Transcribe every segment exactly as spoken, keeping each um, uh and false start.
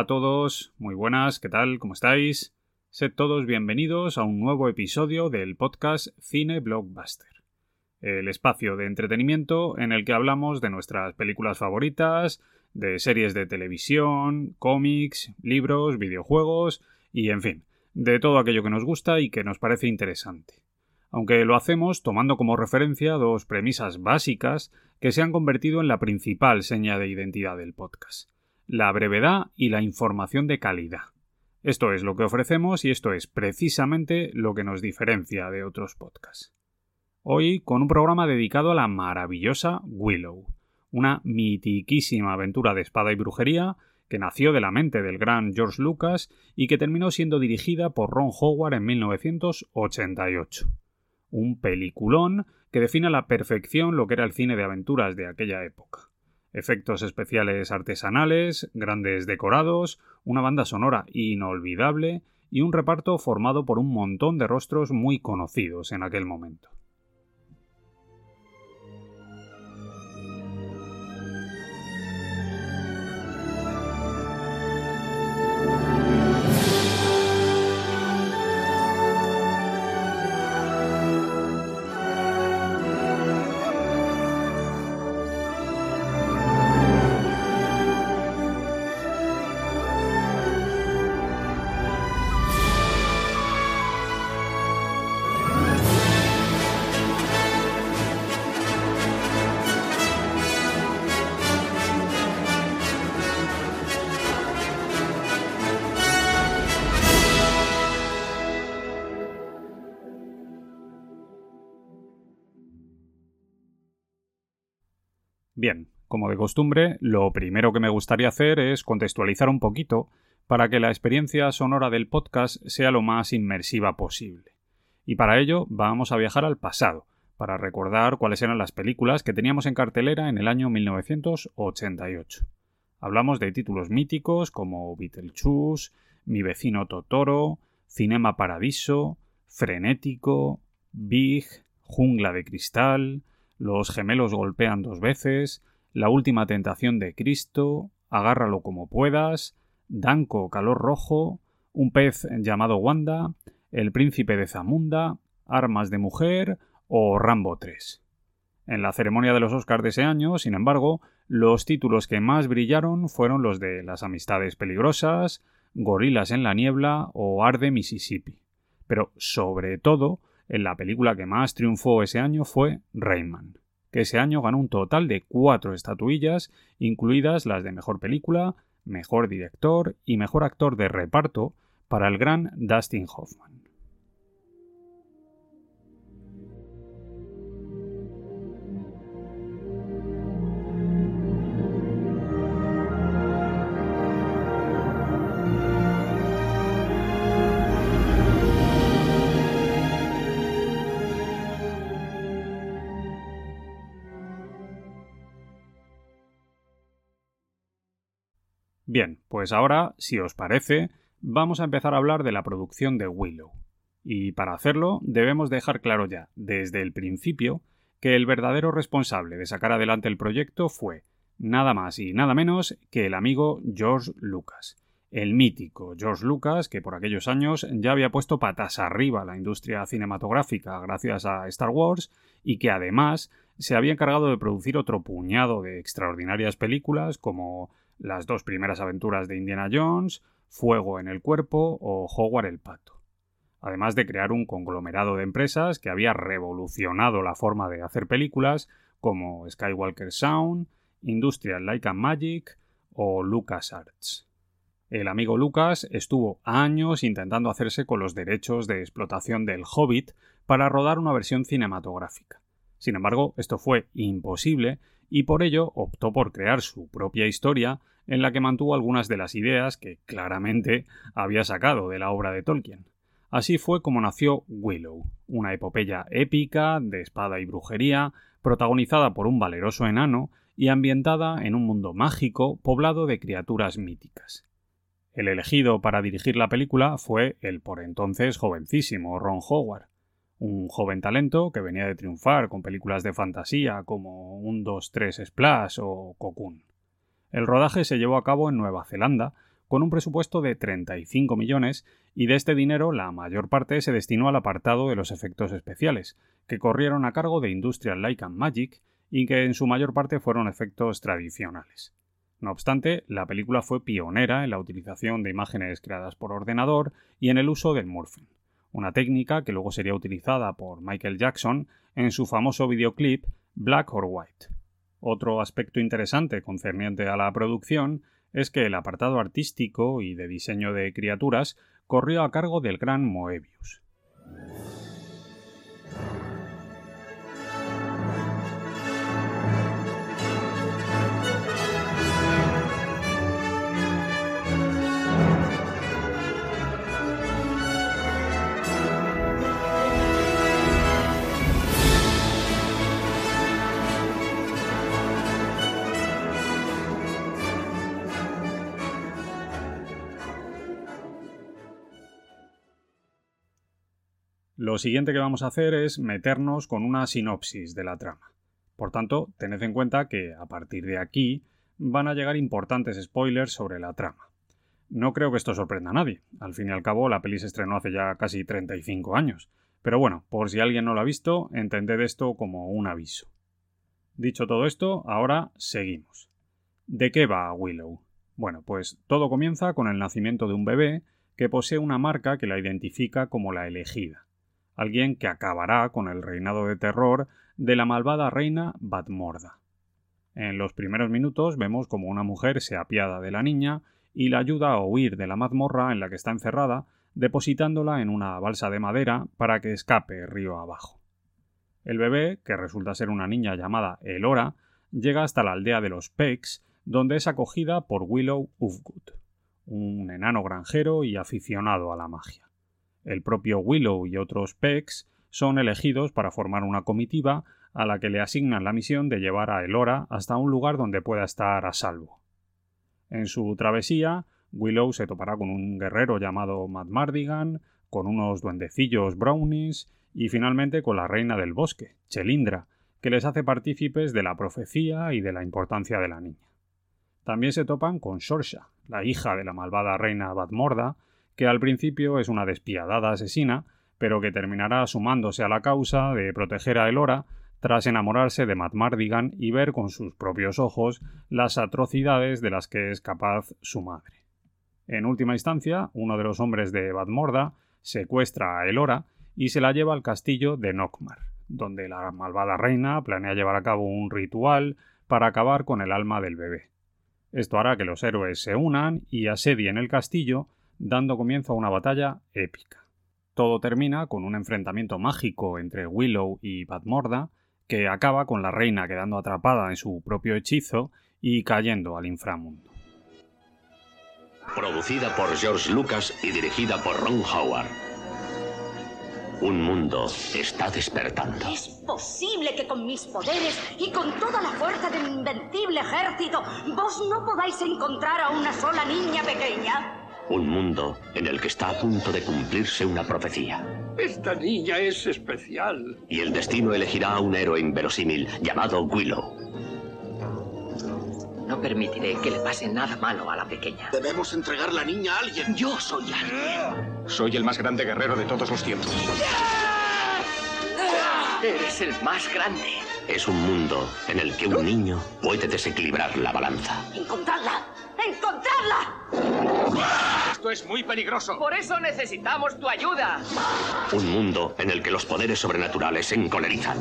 a todos, muy buenas, ¿qué tal? ¿Cómo estáis? Sed todos bienvenidos a un nuevo episodio del podcast Cine Blockbuster, el espacio de entretenimiento en el que hablamos de nuestras películas favoritas, de series de televisión, cómics, libros, videojuegos y, en fin, de todo aquello que nos gusta y que nos parece interesante. Aunque lo hacemos tomando como referencia dos premisas básicas que se han convertido en la principal seña de identidad del podcast: la brevedad y la información de calidad. Esto es lo que ofrecemos y esto es precisamente lo que nos diferencia de otros podcasts. Hoy con un programa dedicado a la maravillosa Willow, una mitiquísima aventura de espada y brujería que nació de la mente del gran George Lucas y que terminó siendo dirigida por Ron Howard en mil novecientos ochenta y ocho. Un peliculón que define a la perfección lo que era el cine de aventuras de aquella época. Efectos especiales artesanales, grandes decorados, una banda sonora inolvidable y un reparto formado por un montón de rostros muy conocidos en aquel momento. Bien, como de costumbre, lo primero que me gustaría hacer es contextualizar un poquito para que la experiencia sonora del podcast sea lo más inmersiva posible. Y para ello vamos a viajar al pasado, para recordar cuáles eran las películas que teníamos en cartelera en el año mil novecientos ochenta y ocho. Hablamos de títulos míticos como Beetlejuice, Mi vecino Totoro, Cinema Paradiso, Frenético, Big, Jungla de Cristal, Los gemelos golpean dos veces, La última tentación de Cristo, Agárralo como puedas, Danko Calor Rojo, Un pez llamado Wanda, El príncipe de Zamunda, Armas de mujer o Rambo tres. En la ceremonia de los Oscars de ese año, sin embargo, los títulos que más brillaron fueron los de Las amistades peligrosas, Gorilas en la niebla o Arde Mississippi. Pero, sobre todo, en la película que más triunfó ese año fue Rain Man, que ese año ganó un total de cuatro estatuillas, incluidas las de Mejor Película, Mejor Director y Mejor Actor de Reparto para el gran Dustin Hoffman. Bien, pues ahora, si os parece, vamos a empezar a hablar de la producción de Willow. Y para hacerlo, debemos dejar claro ya, desde el principio, que el verdadero responsable de sacar adelante el proyecto fue nada más y nada menos que el amigo George Lucas. El mítico George Lucas, que por aquellos años ya había puesto patas arriba a la industria cinematográfica gracias a Star Wars y que además se había encargado de producir otro puñado de extraordinarias películas como las dos primeras aventuras de Indiana Jones, Fuego en el cuerpo o Howard el pato. Además de crear un conglomerado de empresas que había revolucionado la forma de hacer películas como Skywalker Sound, Industrial Light and Magic o LucasArts. El amigo Lucas estuvo años intentando hacerse con los derechos de explotación del Hobbit para rodar una versión cinematográfica. Sin embargo, esto fue imposible y por ello optó por crear su propia historia en la que mantuvo algunas de las ideas que claramente había sacado de la obra de Tolkien. Así fue como nació Willow, una epopeya épica de espada y brujería, protagonizada por un valeroso enano y ambientada en un mundo mágico poblado de criaturas míticas. El elegido para dirigir la película fue el por entonces jovencísimo Ron Howard, un joven talento que venía de triunfar con películas de fantasía como un dos tres Splash o Cocoon. El rodaje se llevó a cabo en Nueva Zelanda, con un presupuesto de treinta y cinco millones, y de este dinero la mayor parte se destinó al apartado de los efectos especiales, que corrieron a cargo de Industrial Light and Magic y que en su mayor parte fueron efectos tradicionales. No obstante, la película fue pionera en la utilización de imágenes creadas por ordenador y en el uso del morphing, una técnica que luego sería utilizada por Michael Jackson en su famoso videoclip Black or White. Otro aspecto interesante concerniente a la producción es que el apartado artístico y de diseño de criaturas corrió a cargo del gran Moebius. Lo siguiente que vamos a hacer es meternos con una sinopsis de la trama. Por tanto, tened en cuenta que a partir de aquí van a llegar importantes spoilers sobre la trama. No creo que esto sorprenda a nadie. Al fin y al cabo, la peli se estrenó hace ya casi treinta y cinco años. Pero bueno, por si alguien no lo ha visto, entended esto como un aviso. Dicho todo esto, ahora seguimos. ¿De qué va Willow? Bueno, pues todo comienza con el nacimiento de un bebé que posee una marca que la identifica como la elegida. Alguien que acabará con el reinado de terror de la malvada reina Badmorda. En los primeros minutos vemos como una mujer se apiada de la niña y la ayuda a huir de la mazmorra en la que está encerrada, depositándola en una balsa de madera para que escape río abajo. El bebé, que resulta ser una niña llamada Elora, llega hasta la aldea de los Pegs, donde es acogida por Willow Ufgood, un enano granjero y aficionado a la magia. El propio Willow y otros Pegs son elegidos para formar una comitiva a la que le asignan la misión de llevar a Elora hasta un lugar donde pueda estar a salvo. En su travesía, Willow se topará con un guerrero llamado Madmartigan, con unos duendecillos brownies y finalmente con la reina del bosque, Chelindra, que les hace partícipes de la profecía y de la importancia de la niña. También se topan con Sorsha, la hija de la malvada reina Badmorda, que al principio es una despiadada asesina, pero que terminará sumándose a la causa de proteger a Elora tras enamorarse de Madmartigan y ver con sus propios ojos las atrocidades de las que es capaz su madre. En última instancia, uno de los hombres de Badmorda secuestra a Elora y se la lleva al castillo de Nockmar, donde la malvada reina planea llevar a cabo un ritual para acabar con el alma del bebé. Esto hará que los héroes se unan y asedien el castillo, dando comienzo a una batalla épica. Todo termina con un enfrentamiento mágico entre Willow y Badmorda, que acaba con la reina quedando atrapada en su propio hechizo y cayendo al inframundo. Producida por George Lucas y dirigida por Ron Howard. Un mundo está despertando. ¿Es posible que con mis poderes y con toda la fuerza de mi invencible ejército vos no podáis encontrar a una sola niña pequeña? Un mundo en el que está a punto de cumplirse una profecía. Esta niña es especial. Y el destino elegirá a un héroe inverosímil llamado Willow. No permitiré que le pase nada malo a la pequeña. Debemos entregar la niña a alguien. Yo soy alguien. Soy el más grande guerrero de todos los tiempos. Eres el más grande. Es un mundo en el que un niño puede desequilibrar la balanza. ¡Encontrarla! ¡Encontrarla! Esto es muy peligroso. Por eso necesitamos tu ayuda. Un mundo en el que los poderes sobrenaturales se encolerizan.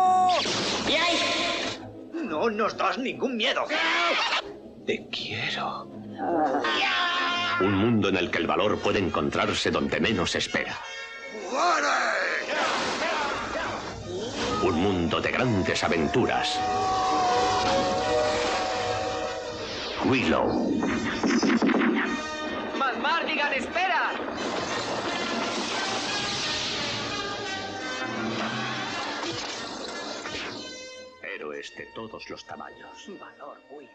No nos das ningún miedo. Te quiero. Un mundo en el que el valor puede encontrarse donde menos se espera. Un mundo de grandes aventuras. Willow. Madmartigan, espera. Héroes de todos los tamaños. Valor, Willow.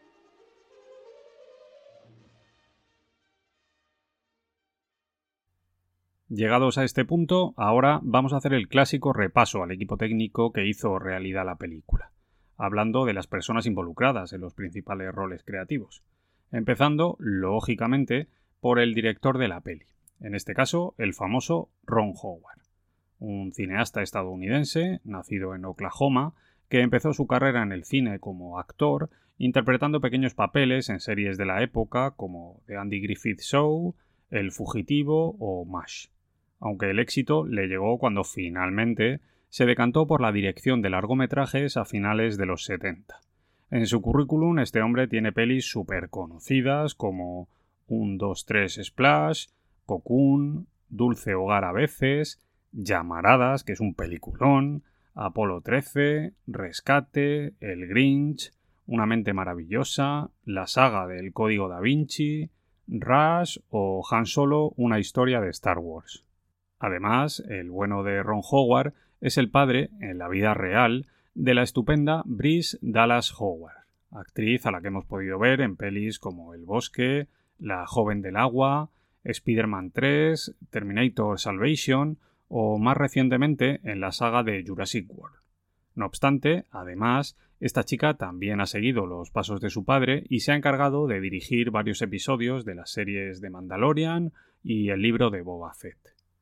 Llegados a este punto, ahora vamos a hacer el clásico repaso al equipo técnico que hizo realidad la película, hablando de las personas involucradas en los principales roles creativos. empezando, lógicamente, por el director de la peli, en este caso el famoso Ron Howard, un cineasta estadounidense nacido en Oklahoma que empezó su carrera en el cine como actor interpretando pequeños papeles en series de la época como The Andy Griffith Show, El Fugitivo o MASH, aunque el éxito le llegó cuando finalmente se decantó por la dirección de largometrajes a finales de los setenta. En su currículum este hombre tiene pelis súper conocidas como uno, dos, tres Splash, Cocoon, Dulce Hogar a veces, Llamaradas, que es un peliculón, Apolo trece, Rescate, El Grinch, Una mente maravillosa, la saga del Código Da Vinci, Rush o Han Solo, una historia de Star Wars. Además, el bueno de Ron Howard es el padre, en la vida real, de la estupenda Bryce Dallas Howard, actriz a la que hemos podido ver en pelis como El Bosque, La joven del agua, Spider-Man tres, Terminator Salvation o más recientemente en la saga de Jurassic World. No obstante, además, esta chica también ha seguido los pasos de su padre y se ha encargado de dirigir varios episodios de las series de Mandalorian y el libro de Boba Fett.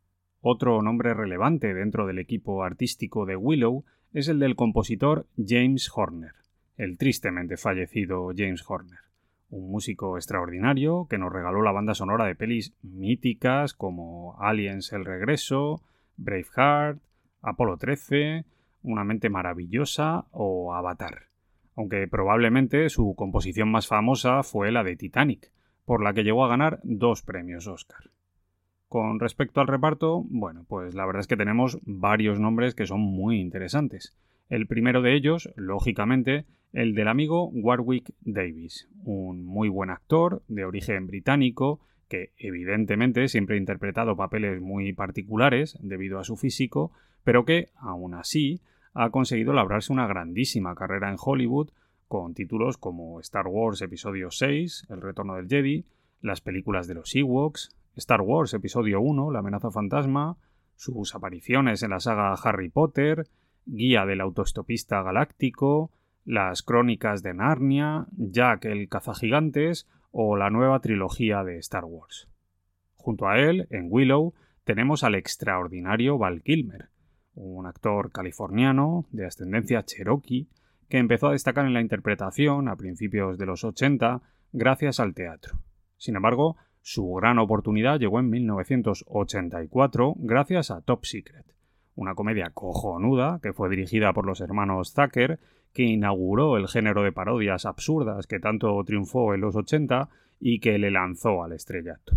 Otro nombre relevante dentro del equipo artístico de Willow es el del compositor James Horner, el tristemente fallecido James Horner, un músico extraordinario que nos regaló la banda sonora de pelis míticas como Aliens el regreso, Braveheart, Apolo trece, Una mente maravillosa o Avatar, aunque probablemente su composición más famosa fue la de Titanic, por la que llegó a ganar dos premios Oscar. Con respecto al reparto, bueno, pues la verdad es que tenemos varios nombres que son muy interesantes. El primero de ellos, lógicamente, el del amigo Warwick Davis, un muy buen actor de origen británico que evidentemente siempre ha interpretado papeles muy particulares debido a su físico, pero que, aún así, ha conseguido labrarse una grandísima carrera en Hollywood con títulos como Star Wars Episodio seis, El retorno del Jedi, las películas de los Ewoks, Star Wars Episodio uno, La amenaza fantasma, sus apariciones en la saga Harry Potter, Guía del autoestopista galáctico, las crónicas de Narnia, Jack el cazagigantes o la nueva trilogía de Star Wars. Junto a él, en Willow, tenemos al extraordinario Val Kilmer, un actor californiano de ascendencia cherokee que empezó a destacar en la interpretación a principios de los ochenta gracias al teatro. Sin embargo, su gran oportunidad llegó en mil novecientos ochenta y cuatro gracias a Top Secret, una comedia cojonuda que fue dirigida por los hermanos Zucker, que inauguró el género de parodias absurdas que tanto triunfó en los ochenta y que le lanzó al estrellato.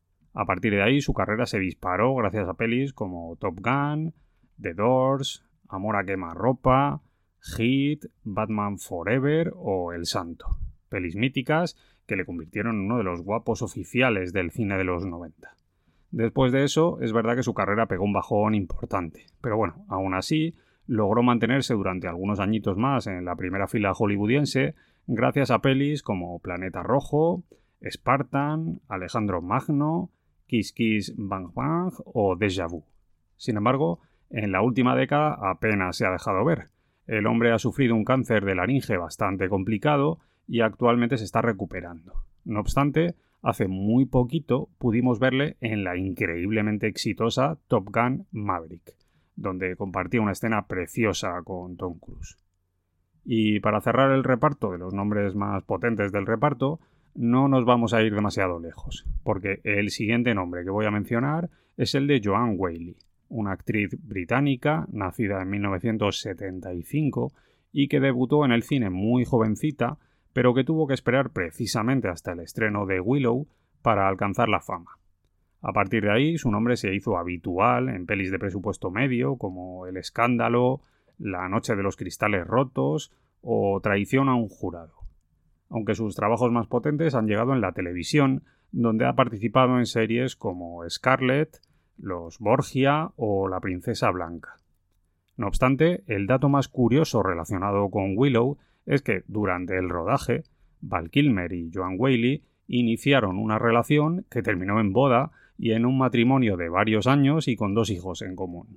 A partir de ahí su carrera se disparó gracias a pelis como Top Gun, The Doors, Amor a quemarropa, Heat, Batman Forever o El Santo, pelis míticas que le convirtieron en uno de los guapos oficiales del cine de los noventa. Después de eso, es verdad que su carrera pegó un bajón importante, pero bueno, aún así, logró mantenerse durante algunos añitos más en la primera fila hollywoodiense gracias a pelis como Planeta Rojo, Spartan, Alejandro Magno, Kiss Kiss Bang Bang o Déjà Vu. Sin embargo, en la última década apenas se ha dejado ver. El hombre ha sufrido un cáncer de laringe bastante complicado y actualmente se está recuperando. No obstante, hace muy poquito pudimos verle en la increíblemente exitosa Top Gun Maverick, donde compartía una escena preciosa con Tom Cruise. Y para cerrar el reparto de los nombres más potentes del reparto, no nos vamos a ir demasiado lejos, porque el siguiente nombre que voy a mencionar es el de Joanne Whaley, una actriz británica nacida en mil novecientos setenta y cinco y que debutó en el cine muy jovencita, pero que tuvo que esperar precisamente hasta el estreno de Willow para alcanzar la fama. A partir de ahí, su nombre se hizo habitual en pelis de presupuesto medio como El Escándalo, La noche de los cristales rotos o Traición a un jurado. Aunque sus trabajos más potentes han llegado en la televisión, donde ha participado en series como Scarlett, Los Borgia o La princesa Blanca. No obstante, el dato más curioso relacionado con Willow es que durante el rodaje, Val Kilmer y Joanne Whaley iniciaron una relación que terminó en boda y en un matrimonio de varios años y con dos hijos en común.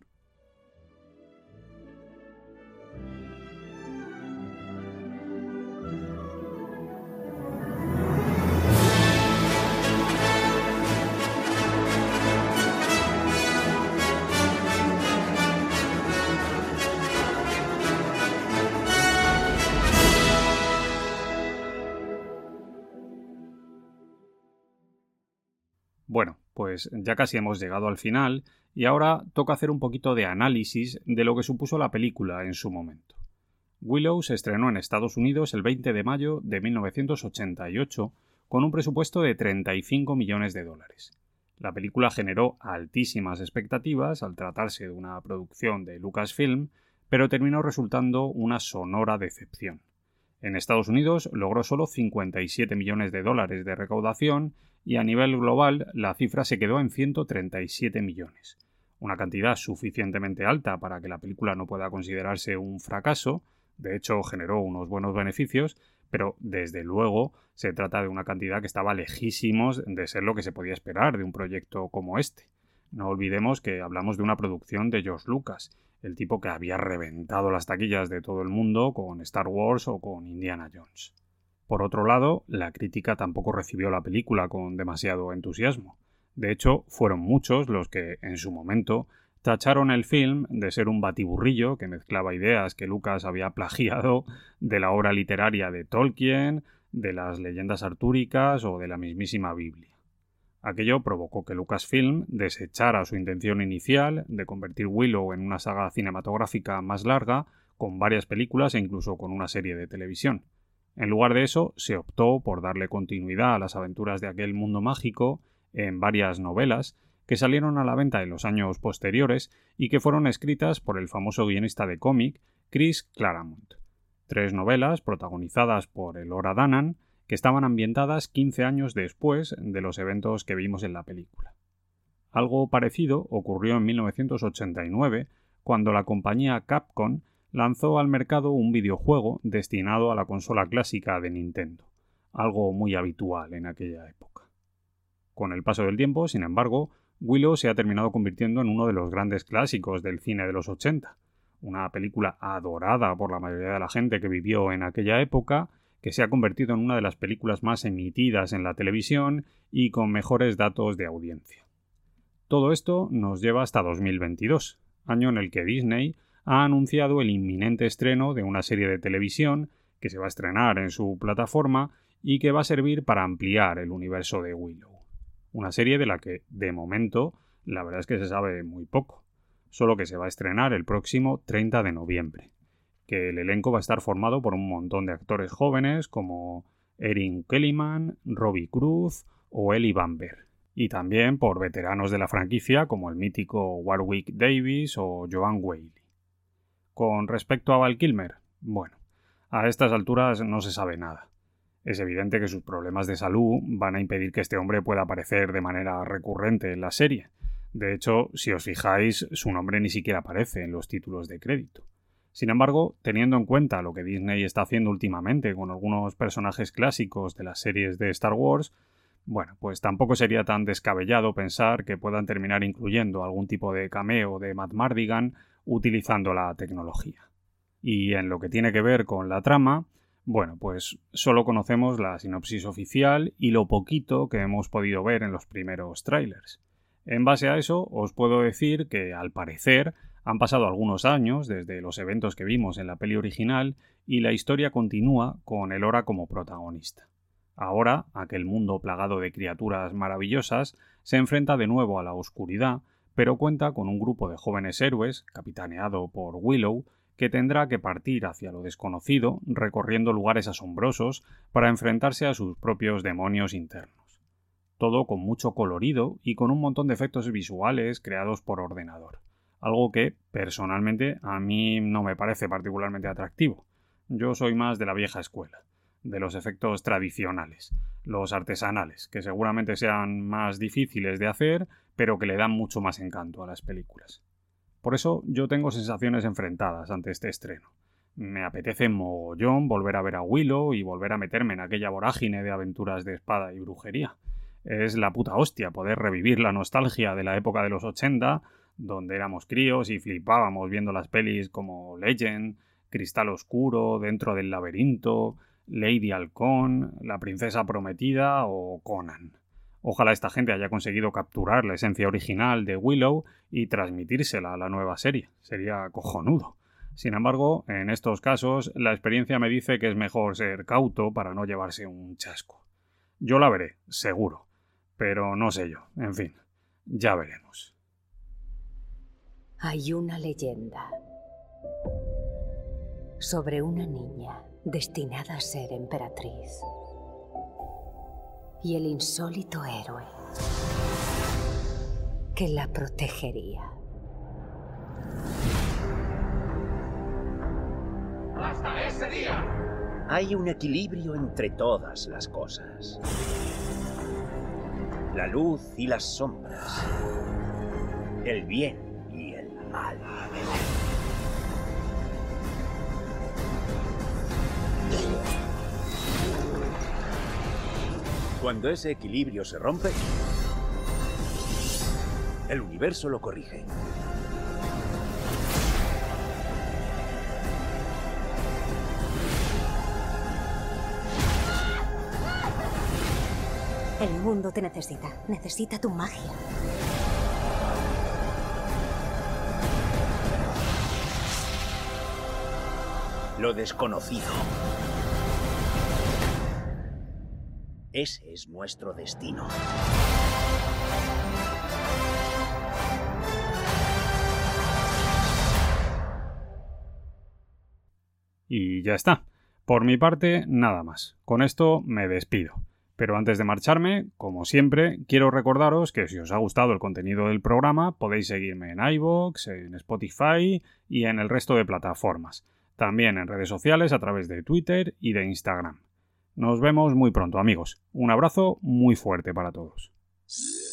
Bueno, pues ya casi hemos llegado al final y ahora toca hacer un poquito de análisis de lo que supuso la película en su momento. Willow se estrenó en Estados Unidos el veinte de mayo de mil novecientos ochenta y ocho con un presupuesto de treinta y cinco millones de dólares. La película generó altísimas expectativas al tratarse de una producción de Lucasfilm, pero terminó resultando una sonora decepción. En Estados Unidos logró solo cincuenta y siete millones de dólares de recaudación y a nivel global la cifra se quedó en ciento treinta y siete millones. Una cantidad suficientemente alta para que la película no pueda considerarse un fracaso. De hecho, generó unos buenos beneficios, pero desde luego se trata de una cantidad que estaba lejísimos de ser lo que se podía esperar de un proyecto como este. No olvidemos que hablamos de una producción de George Lucas, el tipo que había reventado las taquillas de todo el mundo con Star Wars o con Indiana Jones. Por otro lado, la crítica tampoco recibió la película con demasiado entusiasmo. De hecho, fueron muchos los que, en su momento, tacharon el film de ser un batiburrillo que mezclaba ideas que Lucas había plagiado de la obra literaria de Tolkien, de las leyendas artúricas o de la mismísima Biblia. Aquello provocó que Lucasfilm desechara su intención inicial de convertir Willow en una saga cinematográfica más larga, con varias películas e incluso con una serie de televisión. En lugar de eso, se optó por darle continuidad a las aventuras de aquel mundo mágico en varias novelas que salieron a la venta en los años posteriores y que fueron escritas por el famoso guionista de cómic Chris Claremont. Tres novelas protagonizadas por Elora Danan que estaban ambientadas quince años después de los eventos que vimos en la película. Algo parecido ocurrió en mil novecientos ochenta y nueve cuando la compañía Capcom lanzó al mercado un videojuego destinado a la consola clásica de Nintendo, algo muy habitual en aquella época. Con el paso del tiempo, sin embargo, Willow se ha terminado convirtiendo en uno de los grandes clásicos del cine de los ochenta, una película adorada por la mayoría de la gente que vivió en aquella época, que se ha convertido en una de las películas más emitidas en la televisión y con mejores datos de audiencia. Todo esto nos lleva hasta dos mil veintidós, año en el que Disney ha anunciado el inminente estreno de una serie de televisión que se va a estrenar en su plataforma y que va a servir para ampliar el universo de Willow. Una serie de la que, de momento, la verdad es que se sabe muy poco, solo que se va a estrenar el próximo treinta de noviembre, que el elenco va a estar formado por un montón de actores jóvenes como Erin Kellyman, Robbie Cruz o Ellie Bamber, y también por veteranos de la franquicia como el mítico Warwick Davis o Joanne Whaley. Con respecto a Val Kilmer, bueno, a estas alturas no se sabe nada. Es evidente que sus problemas de salud van a impedir que este hombre pueda aparecer de manera recurrente en la serie. De hecho, si os fijáis, su nombre ni siquiera aparece en los títulos de crédito. Sin embargo, teniendo en cuenta lo que Disney está haciendo últimamente con algunos personajes clásicos de las series de Star Wars, bueno, pues tampoco sería tan descabellado pensar que puedan terminar incluyendo algún tipo de cameo de Matt Mardigan utilizando la tecnología. Y en lo que tiene que ver con la trama, bueno, pues solo conocemos la sinopsis oficial y lo poquito que hemos podido ver en los primeros trailers. En base a eso, os puedo decir que, al parecer, han pasado algunos años desde los eventos que vimos en la peli original y la historia continúa con Elora como protagonista. Ahora, aquel mundo plagado de criaturas maravillosas se enfrenta de nuevo a la oscuridad, pero cuenta con un grupo de jóvenes héroes, capitaneado por Willow, que tendrá que partir hacia lo desconocido, recorriendo lugares asombrosos para enfrentarse a sus propios demonios internos. Todo con mucho colorido y con un montón de efectos visuales creados por ordenador. Algo que, personalmente, a mí no me parece particularmente atractivo. Yo soy más de la vieja escuela, de los efectos tradicionales, los artesanales, que seguramente sean más difíciles de hacer, pero que le dan mucho más encanto a las películas. Por eso yo tengo sensaciones enfrentadas ante este estreno. Me apetece mogollón volver a ver a Willow y volver a meterme en aquella vorágine de aventuras de espada y brujería. Es la puta hostia poder revivir la nostalgia de la época de los ochenta, donde éramos críos y flipábamos viendo las pelis como Legend, Cristal Oscuro, Dentro del Laberinto, Lady Halcón, La Princesa Prometida o Conan. Ojalá esta gente haya conseguido capturar la esencia original de Willow y transmitírsela a la nueva serie. Sería cojonudo. Sin embargo, en estos casos, la experiencia me dice que es mejor ser cauto para no llevarse un chasco. Yo la veré, seguro. pero no sé yo. En fin, ya veremos. Hay una leyenda sobre una niña destinada a ser emperatriz y el insólito héroe que la protegería. ¡Hasta ese día! Hay un equilibrio entre todas las cosas. La luz y las sombras. El bien y el mal. Cuando ese equilibrio se rompe, el universo lo corrige. El mundo te necesita. Necesita tu magia. Lo desconocido. Ese es nuestro destino. Y ya está. Por mi parte, nada más. Con esto me despido. Pero antes de marcharme, como siempre, quiero recordaros que si os ha gustado el contenido del programa, podéis seguirme en iVoox, en Spotify y en el resto de plataformas. También en redes sociales a través de Twitter y de Instagram. Nos vemos muy pronto, amigos. Un abrazo muy fuerte para todos.